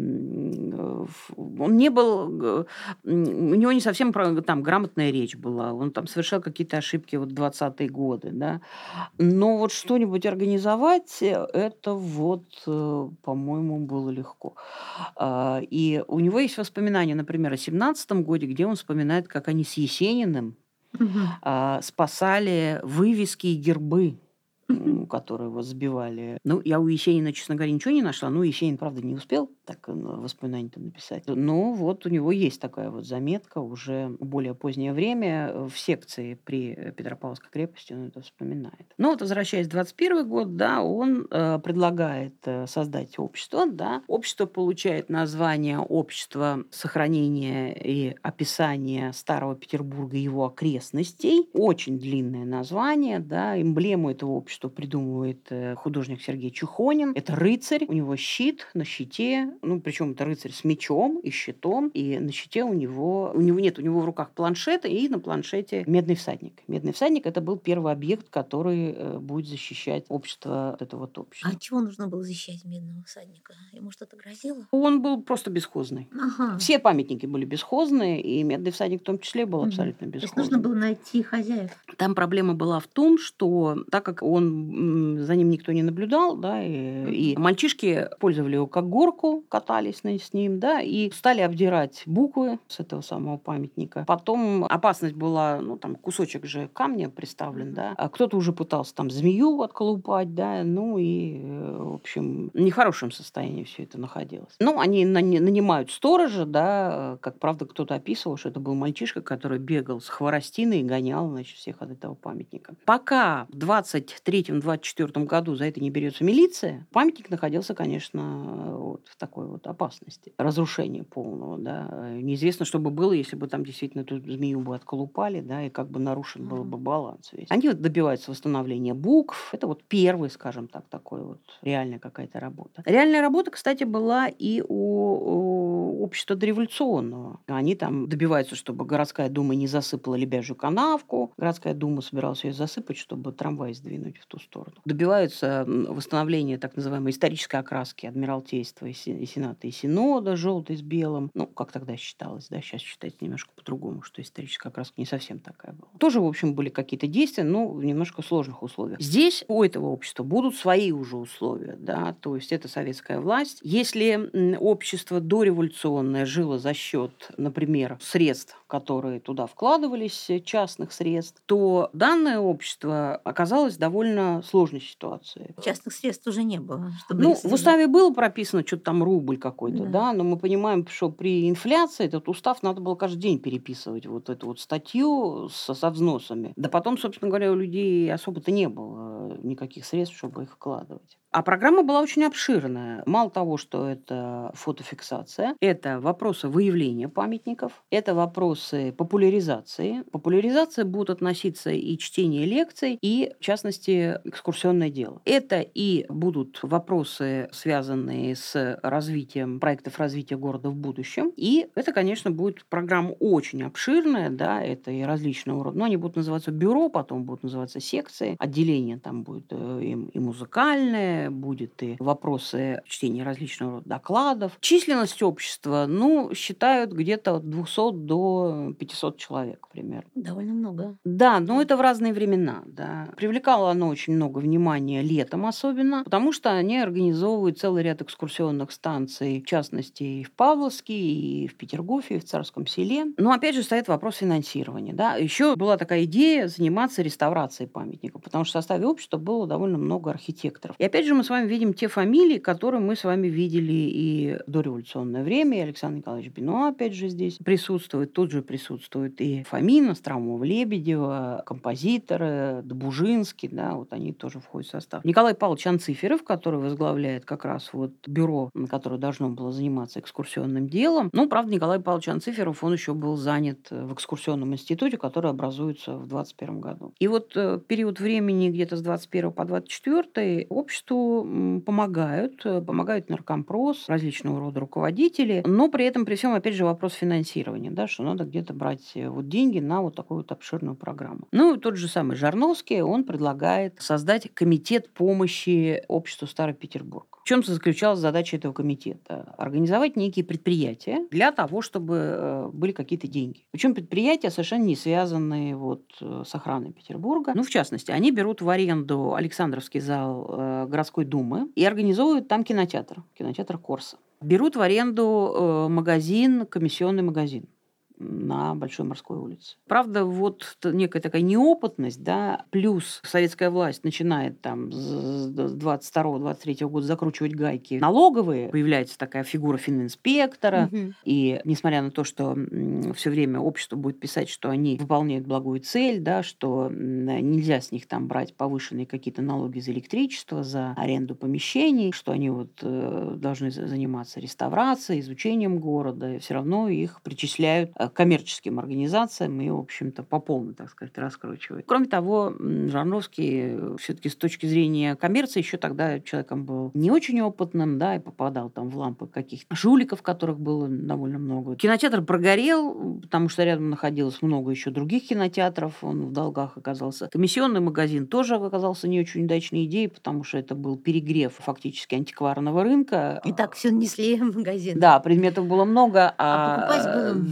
он не был... У него не совсем там грамотная речь была. Он там совершал какие-то ошибки вот двадцатые годы. Да? Но вот что-нибудь организовать, это вот, по-моему, было легко. И у него есть воспоминания, например, о семнадцатом году, где он вспоминает, как они с Есениным угу. спасали вывески и гербы, которые вот сбивали. Ну, я у Есенина, честно говоря, ничего не нашла. Ну, Есенин, правда, не успел так воспоминания-то написать. Но вот у него есть такая вот заметка уже в более позднее время в секции при Петропавловской крепости, он это вспоминает. Но вот, возвращаясь в двадцать первый год, да, он э, предлагает э, создать общество, да. Общество получает название «Общество сохранения и описания Старого Петербурга и его окрестностей». Очень длинное название, да. Эмблему этого общества придумывает художник Сергей Чухонин. Это рыцарь, у него щит, на щите, ну, причем это рыцарь с мечом и щитом, и на щите у него, у него нет, у него в руках планшет, и на планшете медный всадник. Медный всадник – это был первый объект, который будет защищать общество, это вот общество. А чего нужно было защищать медного всадника? Ему что-то грозило? Он был просто бесхозный. Ага. Все памятники были бесхозные, и медный всадник в том числе был абсолютно бесхозный. То есть нужно было найти хозяев. Там проблема была в том, что так как он он, за ним никто не наблюдал, да, и, и мальчишки пользовали его как горку, катались с ним, да, и стали обдирать буквы с этого самого памятника. Потом опасность была, ну, там кусочек же камня приставлен, да, а кто-то уже пытался там змею отколупать, да, ну и, в общем, в нехорошем состоянии все это находилось. Ну, они нанимают сторожа, да, как правда кто-то описывал, что это был мальчишка, который бегал с хворостиной и гонял, значит, всех от этого памятника. Пока в двадцать третьем - двадцать четвёртом году за это не берется милиция, памятник находился, конечно, вот в такой вот опасности. Разрушения полного, да. Неизвестно, что бы было, если бы там действительно эту змею бы отколупали, да, и как бы нарушен был бы баланс весь. Они вот добиваются восстановления букв. Это вот первый, скажем так, такой вот реальная какая-то работа. Реальная работа, кстати, была и у, у общества дореволюционного. Они там добиваются, чтобы городская дума не засыпала Лебяжью канавку. Городская дума собиралась ее засыпать, чтобы трамвай сдвинуть в ту сторону. Добиваются восстановления так называемой исторической окраски Адмиралтейства и Сената и Синода, желтый с белым. Ну, как тогда считалось, да, сейчас считается немножко по-другому, что историческая окраска не совсем такая была. Тоже, в общем, были какие-то действия, но в немножко сложных условиях. Здесь у этого общества будут свои уже условия, да, то есть это советская власть. Если общество дореволюционное жило за счет, например, средств, которые туда вкладывались, частных средств, то данное общество оказалось в довольно сложной ситуации. Частных средств уже не было. Чтобы Ну, их в уставе было прописано что-то там рубль какой-то, Да. да, но мы понимаем, что при инфляции этот устав надо было каждый день переписывать, вот эту вот статью со, со взносами. Да потом, собственно говоря, у людей особо-то не было никаких средств, чтобы их вкладывать. А программа была очень обширная. Мало того, что это фотофиксация, это вопросы выявления памятников, это вопросы популяризации. Популяризация будет относиться и чтение лекций, и, в частности, экскурсионное дело. Это и будут вопросы, связанные с развитием проектов развития города в будущем. И это, конечно, будет программа очень обширная, да, это и различного рода. Но они будут называться бюро, потом будут называться секции. Отделение там будет и, и музыкальное, будет и вопросы чтения различного рода докладов. Численность общества, ну, считают где-то от двухсот до пятисот человек примерно. Довольно много. Да, но это в разные времена, да. Привлекало оно очень много внимания летом особенно, потому что они организовывают целый ряд экскурсионных станций, в частности, и в Павловске, и в Петергофе, и в Царском Селе. Но опять же стоит вопрос финансирования, да. Еще была такая идея заниматься реставрацией памятников, потому что в составе общества было довольно много архитекторов. И опять же мы с вами видим те фамилии, которые мы с вами видели и в дореволюционное время. И Александр Николаевич Бенуа, опять же, здесь присутствует. Тут же присутствует и Фомин, Остроумов-Лебедева, композиторы, Добужинский, да, вот они тоже входят в состав. Николай Павлович Анциферов, который возглавляет как раз вот бюро, которое должно было заниматься экскурсионным делом. Ну, правда, Николай Павлович Анциферов, он еще был занят в экскурсионном институте, который образуется в двадцать первом году. И вот э, период времени где-то с двадцать первого по двадцать четвёртый обществу помогают, помогают наркомпрос, различного рода руководители, но при этом, при всем, опять же, вопрос финансирования, да, что надо где-то брать вот деньги на вот такую вот обширную программу. Ну, и тот же самый Жарновский, он предлагает создать комитет помощи обществу Старый Петербург. В чем заключалась задача этого комитета? Организовать некие предприятия для того, чтобы были какие-то деньги. Причем предприятия совершенно не связанные вот с охраной Петербурга. Ну, в частности, они берут в аренду Александровский зал городской думы и организовывают там кинотеатр, кинотеатр Корса. Берут в аренду магазин, комиссионный магазин на Большой Морской улице. Правда, вот некая такая неопытность, да, плюс советская власть начинает там с двадцать второго - двадцать третьего года закручивать гайки налоговые, появляется такая фигура фининспектора, угу. И несмотря на то, что все время общество будет писать, что они выполняют благую цель, да, что нельзя с них там брать повышенные какие-то налоги за электричество, за аренду помещений, что они вот должны заниматься реставрацией, изучением города, все равно их причисляют коммерческим организациям и, в общем-то, по полной, так сказать, раскручивает. Кроме того, Жарновский все-таки с точки зрения коммерции еще тогда человеком был не очень опытным, да, и попадал там в лампы каких-то жуликов, которых было довольно много. Кинотеатр прогорел, потому что рядом находилось много еще других кинотеатров, он в долгах оказался. Комиссионный магазин тоже оказался не очень удачной идеей, потому что это был перегрев фактически антикварного рынка. И так все несли в магазин. Да, предметов было много, а, а покупать было да, мало.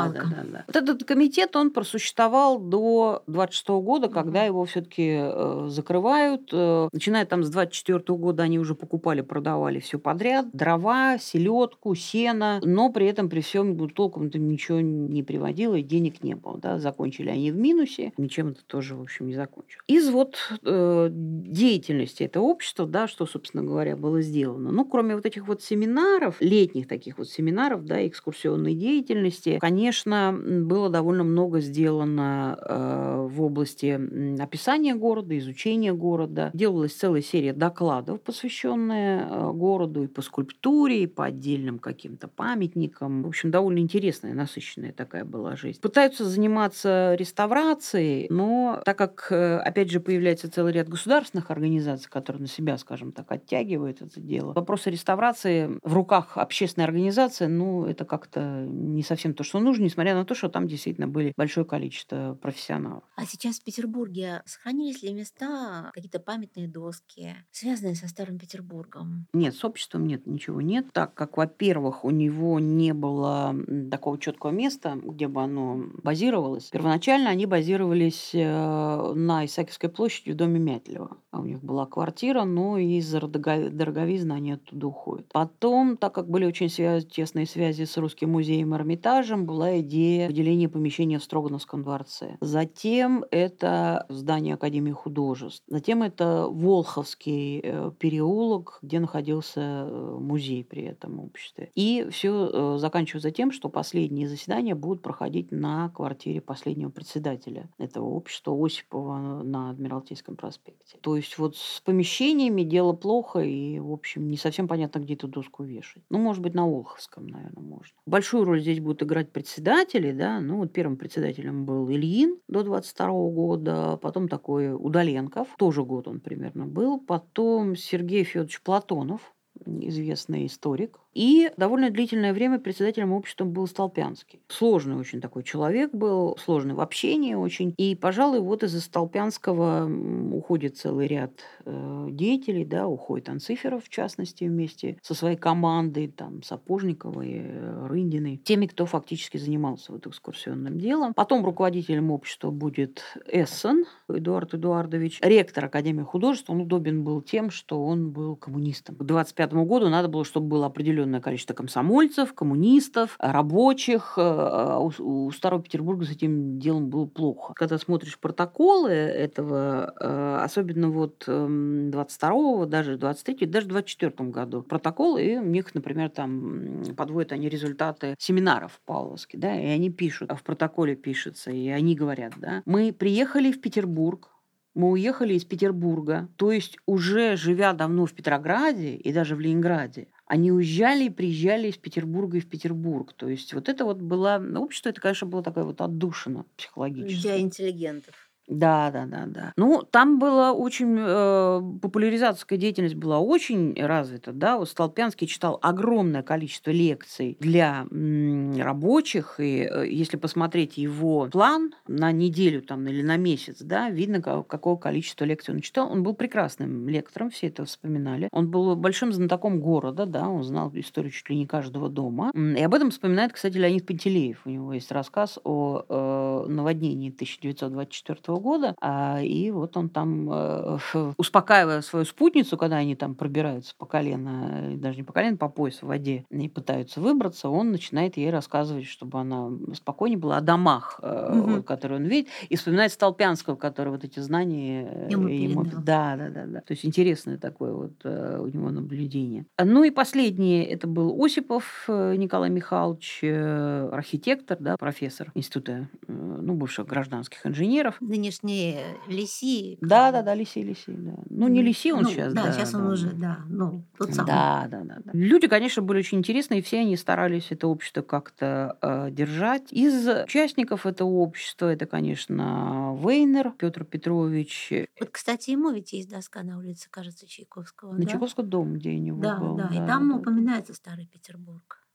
Да, да, палка. да, да. Вот этот комитет, он просуществовал до двадцать шестого года, когда Мгм. его все-таки закрывают. Э, Начиная там с двадцать четвертого года они уже покупали, продавали все подряд. Дрова, селедку, сено. Но при этом, при всем, толком-то ничего не приводило, и денег не было. Да. Закончили они в минусе. Ничем это тоже, в общем, не закончилось. Из вот э, деятельности этого общества, да, что, собственно говоря, было сделано. Ну, кроме вот этих вот семинаров, летних таких вот семинаров, да, экскурсионной деятельности, конечно, м, было довольно много сделано э, в области м, описания города, изучения города. Делалась целая серия докладов, посвященная э, городу и по скульптуре, и по отдельным каким-то памятникам. В общем, довольно интересная, насыщенная такая была жизнь. Пытаются заниматься реставрацией, но так как, э, опять же, появляется целый ряд государственных организаций, которые на себя, скажем так, оттягивают это дело, вопросы реставрации в руках общественной организации, ну, это как-то не совсем то, что нужно, несмотря на то, что там действительно были большое количество профессионалов. А сейчас в Петербурге сохранились ли места, какие-то памятные доски, связанные со Старым Петербургом? Нет, с обществом нет, ничего нет, так как, во-первых, у него не было м, такого четкого места, где бы оно базировалось. Первоначально они базировались э, на Исаакиевской площади в доме Мятлева. А у них была квартира, но из-за дорого- дороговизны они оттуда уходят. Потом, так как были очень свя- тесные связи с Русским музеем и Эрмитажем, была идея выделения помещения в Строгановском дворце. Затем это здание Академии художеств. Затем это Волховский э, переулок, где находился э, музей при этом обществе. И все заканчивается тем, что последние заседания будут проходить на квартире последнего председателя этого общества Осипова на Адмиралтейском проспекте. То есть вот с помещениями дело плохо, и, в общем, не совсем понятно, где эту доску вешать. Ну, может быть, на Волховском, наверное, можно. Большую роль здесь будут играть председатели, да. Ну, вот первым председателем был Ильин до двадцать второго года, потом такой Удаленков, тоже год он примерно был, потом Сергей Федорович Платонов, известный историк. И довольно длительное время председателем общества был Столпянский. Сложный очень такой человек был, сложный в общении очень. И, пожалуй, вот из-за Столпянского м, уходит целый ряд э, деятелей, да, уходит Анциферов, в частности, вместе со своей командой, там, Сапожниковой, э, Рындиной, теми, кто фактически занимался вот экскурсионным делом. Потом руководителем общества будет Эссен Эдуард Эдуардович, ректор Академии художеств. Он удобен был тем, что он был коммунистом. К двадцать пятому году надо было, чтобы было определенное количество комсомольцев, коммунистов, рабочих. А У у Старого Петербурга с этим делом было плохо. Когда смотришь протоколы этого, э, особенно вот эм, двадцать второго, даже двадцать третьего, даже двадцать четвёртом году протоколы, и у них, например, там м, подводят они результаты семинаров в Павловске, да, и они пишут, а в протоколе пишется, и они говорят, да, мы приехали в Петербург, мы уехали из Петербурга, то есть уже живя давно в Петрограде и даже в Ленинграде, они уезжали и приезжали из Петербурга и в Петербург. То есть вот это вот было, ну, общество, это, конечно, было такое вот отдушина Для психологическая. интеллигентов. Да, да, да, да. Ну, там была очень э, популяризаторская деятельность была очень развита, да. Вот Столпянский читал огромное количество лекций для м, рабочих, и э, если посмотреть его план на неделю там или на месяц, да, видно, ка- какое количество лекций он читал. Он был прекрасным лектором, все это вспоминали. Он был большим знатоком города, да, он знал историю чуть ли не каждого дома. М, И об этом вспоминает, кстати, Леонид Пантелеев. У него есть рассказ о э, наводнении тысяча девятьсот двадцать четвёртого года, а, и вот он там, э, успокаивая свою спутницу, когда они там пробираются по колено, э, даже не по колено, по пояс в воде, и пытаются выбраться, он начинает ей рассказывать, чтобы она спокойнее была, о домах, э, Мгм. вот, которые он видит, и вспоминает Столпянского, который вот эти знания э, Ему ему... передал. Да, да, да, да. То есть интересное такое вот э, у него наблюдение. А, Ну и последнее, это был Осипов э, Николай Михайлович, э, архитектор, да, профессор института, э, ну, бывших гражданских инженеров. Нынешний Лиси. Да, да, да, Лисей, Лисей, да. Ну, не Лисей он Ну, сейчас, да, да, сейчас он да. уже, да, ну, тот самый. Да, да, да, да. Люди, конечно, были очень интересные, и все они старались это общество как-то э, держать. Из участников этого общества это, конечно, Вейнер Петр Петрович, э, Вот, кстати, ему ведь есть доска на улице, кажется, Чайковского, на да? Чайковском дом, где у него Да, был. да, и Да, да, там да, да. упоминается Старый Петербург.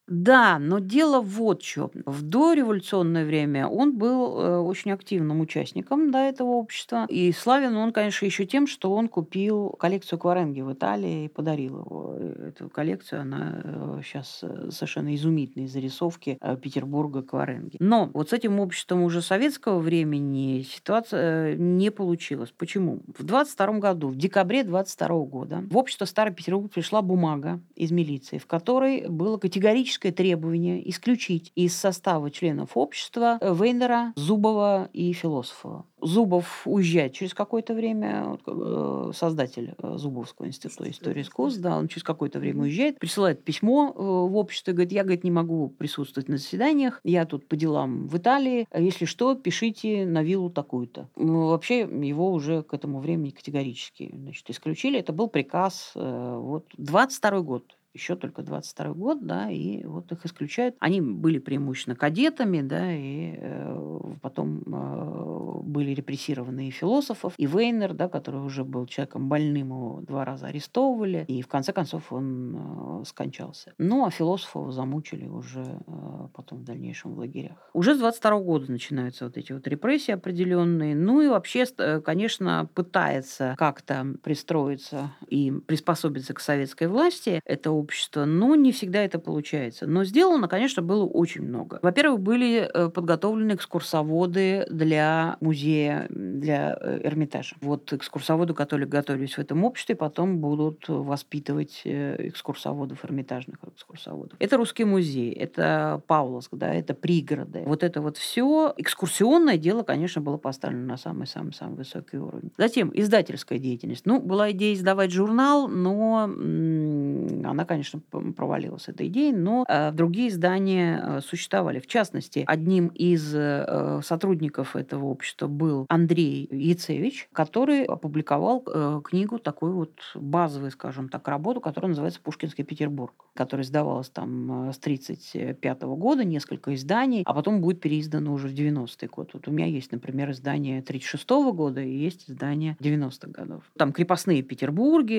Да, но дело вот в чём. В дореволюционное время он был, э, очень активным участником, да, этого общества. И славен он, конечно, еще тем, что он купил коллекцию Кваренги в Италии и подарил его. Э, эту коллекцию, она сейчас совершенно изумительные зарисовки э, Петербурга Кваренги. Но вот с этим обществом уже советского времени ситуация э, не получилась. Почему? В двадцать втором году, в декабре двадцать второго года, в общество Старый Петербург пришла бумага из милиции, в которой было категорическое требование исключить из состава членов общества Вейнера, Зубова и Философова. Зубов уезжает через какое-то время, вот, э, создатель э, Зубовского института истории искусств, да, он через какое-то время уезжает, присылает письмо э, в общество и говорит: я, говорит, не могу присутствовать на заседаниях, я тут по делам в Италии, если что, пишите на виллу такую-то. Ну, вообще его уже к этому времени категорически, значит, исключили. Это был приказ, э, вот, двадцать второй год. Еще только двадцать второй год, да, и вот их исключают. Они были преимущественно кадетами, да, и э, потом э, были репрессированы и Философов, и Вейнер, да, который уже был человеком больным, его два раза арестовывали, и в конце концов он э, скончался. Ну, а Философова замучили уже э, потом в дальнейшем в лагерях. Уже с двадцать второго года начинаются вот эти вот репрессии определенные. Ну и вообще, конечно, пытается как-то пристроиться и приспособиться к советской власти это общество, но не всегда это получается. Но сделано, конечно, было очень много. Во-первых, были подготовлены экскурсоводы для музея, для Эрмитажа. Вот экскурсоводы, которые готовились в этом обществе, потом будут воспитывать экскурсоводов, эрмитажных экскурсоводов. Это Русский музей, это Павловск, да, это пригороды. Вот это вот все экскурсионное дело, конечно, было поставлено на самый-самый-самый высокий уровень. Затем издательская деятельность. Ну, была идея издавать журнал, но м- она, конечно, провалилась, эта идея, но э, другие издания э, существовали. В частности, одним из э, сотрудников этого общества был Андрей Яцевич, который опубликовал э, книгу, такую вот базовую, скажем так, работу, которая называется «Пушкинский Петербург», которая издавалась там с тридцать пятого года, несколько изданий, а потом будет переиздана уже в девяностый год. Вот у меня есть, например, издание тридцать шестого года и есть издание девяностых годов. Там «Крепостные Петербурги»,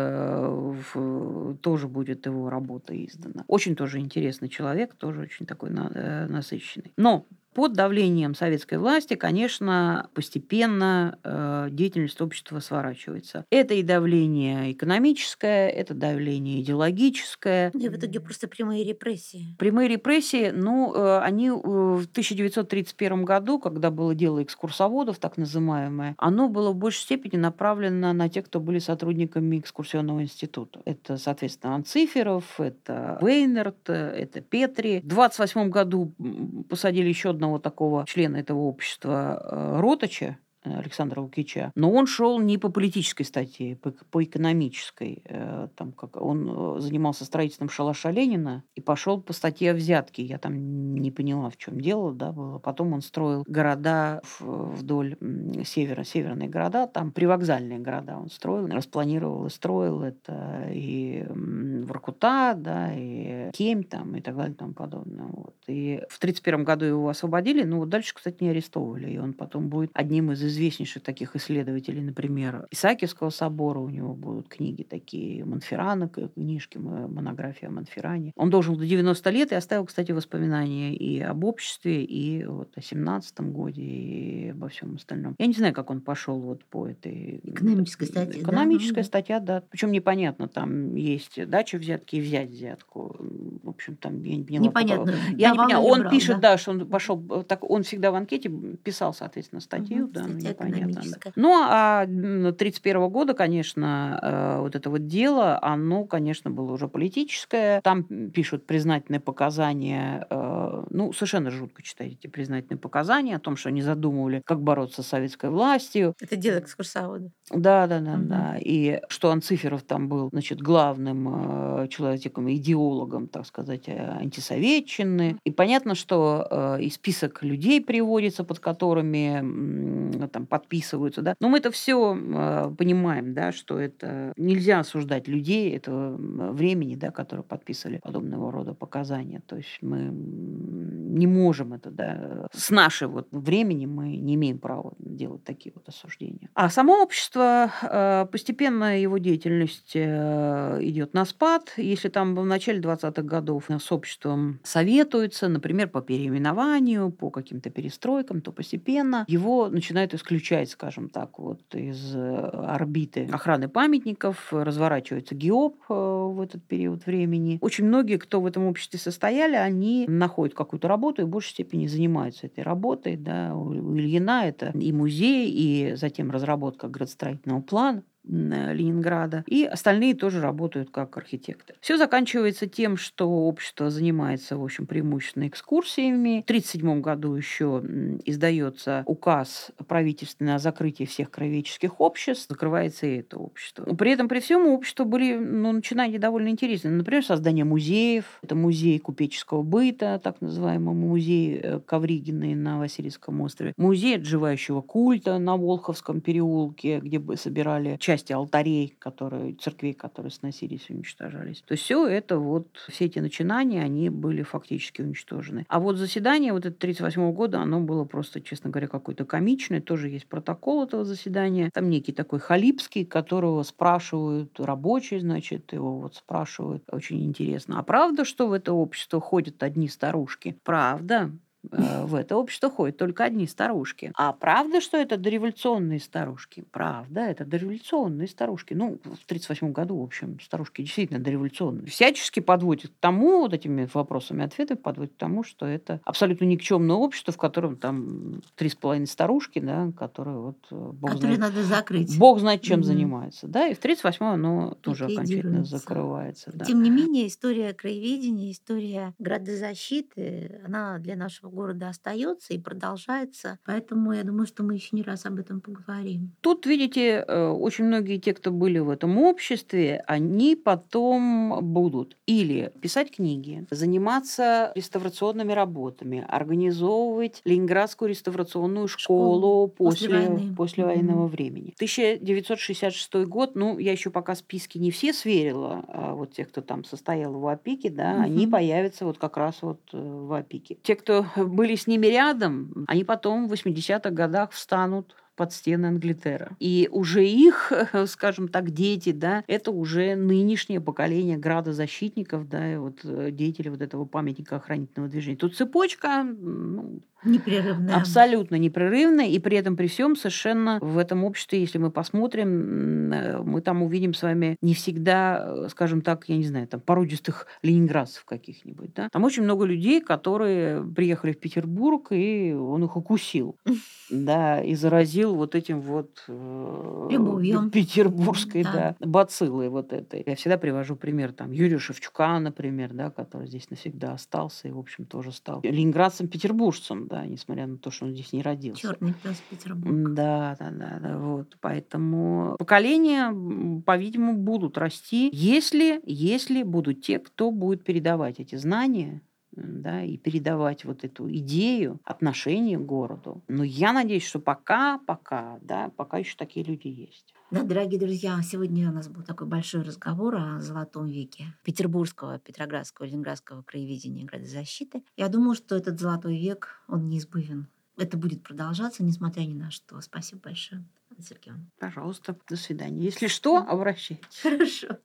э, в, тоже будет его работа издана. Очень тоже интересный человек, тоже очень такой на, э, насыщенный. Но под давлением советской власти, конечно, постепенно э, деятельность общества сворачивается. Это и давление экономическое, это давление идеологическое. И в итоге просто прямые репрессии. Прямые репрессии, ну, э, они в тысяча девятьсот тридцать первом году, когда было дело экскурсоводов, так называемое, оно было в большей степени направлено на тех, кто были сотрудниками экскурсионного института. Это, соответственно, Анциферов, это Вейнерт, это Петри. В двадцать восьмом году посадили еще одного такого члена этого общества Ротача, Александра Лукича, но он шел не по политической статье, по, по экономической. Там, как он занимался строительством шалаша Ленина и пошел по статье о взятке. Я там не поняла, в чем дело, да, было. Потом он строил города вдоль севера, северные города, там привокзальные города он строил, распланировал и строил. Это и Воркута, да, и Кемь там, и так далее и тому подобное. Вот. И в тридцать первом году его освободили, но вот дальше, кстати, не арестовывали. И он потом будет одним из известнейших таких исследователей, например, Исаакиевского собора, у него будут книги такие, Монферрана, книжки, монография о Монферране. Он дожил до девяноста лет и оставил, кстати, воспоминания и об обществе, и вот о семнадцатом годе, и обо всем остальном. Я не знаю, как он пошел вот по этой... Экономической статье, Экономическая да? статья, да. Причем непонятно, там есть дача взятки и взять взятку. В общем, там я не поняла. Непонятно. Я не поняла. Он брал, пишет, да? да, что он пошел, так он всегда в анкете писал, соответственно, статью, Угу, да, статья непонятно. экономическая. Да. Ну, а тридцать первого года, конечно, вот это вот дело, оно, конечно, было уже политическое. Там пишут признательные показания, ну, совершенно жутко читать эти признательные показания о том, что они задумывали, как бороться с советской властью. Это дело экскурсовода. Да, да, да, Угу. да. И что Анциферов там был, значит, главным человеком, идеологом, так сказать, антисоветчины. И понятно, что и список людей приводится, под которыми там подписываются, да. Но мы это все понимаем, да, что это нельзя осуждать людей этого времени, да, которые подписывали подобного рода показания. То есть мы не можем это, да, с нашего вот времени мы не имеем права делать такие вот осуждения. А само общество, э, постепенно его деятельность э, идет на спад. Если там в начале двадцатых годов с обществом советуются, например, по переименованию, по каким-то перестройкам, то постепенно его начинают исключать, скажем так, вот из э, орбиты охраны памятников, разворачивается ГИОП э, в этот период времени. Очень многие, кто в этом обществе состояли, они находят какую-то работу и в большей степени занимаются этой работой. Да. У Ильина это и музей, и затем разработка градостроительного плана Ленинграда, и остальные тоже работают как архитекторы. Все заканчивается тем, что общество занимается, в общем, преимущественно экскурсиями. В тридцать седьмом году еще издается указ правительственный о закрытии всех краеведческих обществ, закрывается и это общество. При этом, при всем, у общества были ну, начинания довольно интересные. Например, создание музеев. Это музей купеческого быта, так называемый музей Ковригиной на Васильевском острове. Музей отживающего культа на Волховском переулке, где бы собирали части алтарей, которые, церквей, которые сносились и уничтожались. То есть все это вот, все эти начинания, они были фактически уничтожены. А вот заседание вот это тридцать восьмого года, оно было просто, честно говоря, какое-то комичное. Тоже есть протокол этого заседания. Там некий такой Халипский, которого спрашивают рабочие, значит, его вот спрашивают. Очень интересно. А правда, что в это общество ходят одни старушки? Правда. В это общество ходят только одни старушки. А правда, что это дореволюционные старушки? Правда, это дореволюционные старушки. Ну, в тридцать восьмом году, в общем, старушки действительно дореволюционные. Всячески подводят к тому, вот этими вопросами, ответами подводят к тому, что это абсолютно никчемное общество, в котором там три с половиной старушки, да, которые вот Бог Которые знает, надо закрыть. Бог знает, чем Мгм. занимаются. Да, и в тридцать восьмом оно тоже окончательно Ликвидируется. закрывается. Да. Тем не менее, история краеведения, история градозащиты, она для нашего города остается и продолжается. Поэтому я думаю, что мы еще не раз об этом поговорим. Тут, видите, э, очень многие те, кто были в этом обществе, они потом будут или писать книги, заниматься реставрационными работами, организовывать Ленинградскую реставрационную школу Школу после после, войны. после Мгм. военного времени. тысяча девятьсот шестьдесят шестой год, ну, я еще пока списки не все сверила, а вот те, кто там состоял в ОАПИКе, да, они Мгм. появятся вот как раз вот э, в ОАПИКе. Те, кто были с ними рядом, они потом в восьмидесятых годах встанут под стены Англитера. И уже их, скажем так, дети, да, это уже нынешнее поколение градозащитников, да, и вот э, деятелей вот этого памятника охранительного движения. Тут цепочка, ну, Непрерывная. абсолютно непрерывная, и при этом при всем совершенно в этом обществе, если мы посмотрим, м, э, мы там увидим с вами не всегда, э, скажем так, я не знаю, там породистых ленинградцев каких-нибудь, да. Там очень много людей, которые приехали в Петербург, и он их укусил. Да, и заразил вот этим вот э, Любовью. петербургской, Да. да, бациллой вот этой. Я всегда привожу пример там Юрия Шевчука, например, да, который здесь навсегда остался и, в общем, тоже стал ленинградцем-петербуржцем, да, несмотря на то, что он здесь не родился. Черный пес Петербург. М, Да, да, да, да, вот. Поэтому поколения, м, по-видимому, будут расти, если, если будут те, кто будет передавать эти знания, м, да, и передавать вот эту идею отношения к городу. Но я надеюсь, что пока, пока, да, пока еще такие люди есть. Да, дорогие друзья, сегодня у нас был такой большой разговор о золотом веке петербургского, петроградского, ленинградского краеведения и градозащиты. Я думаю, что этот золотой век, он неизбывен. Это будет продолжаться, несмотря ни на что. Спасибо большое, Анна Сергеевна. Пожалуйста, до свидания. Если что, обращайтесь. Хорошо.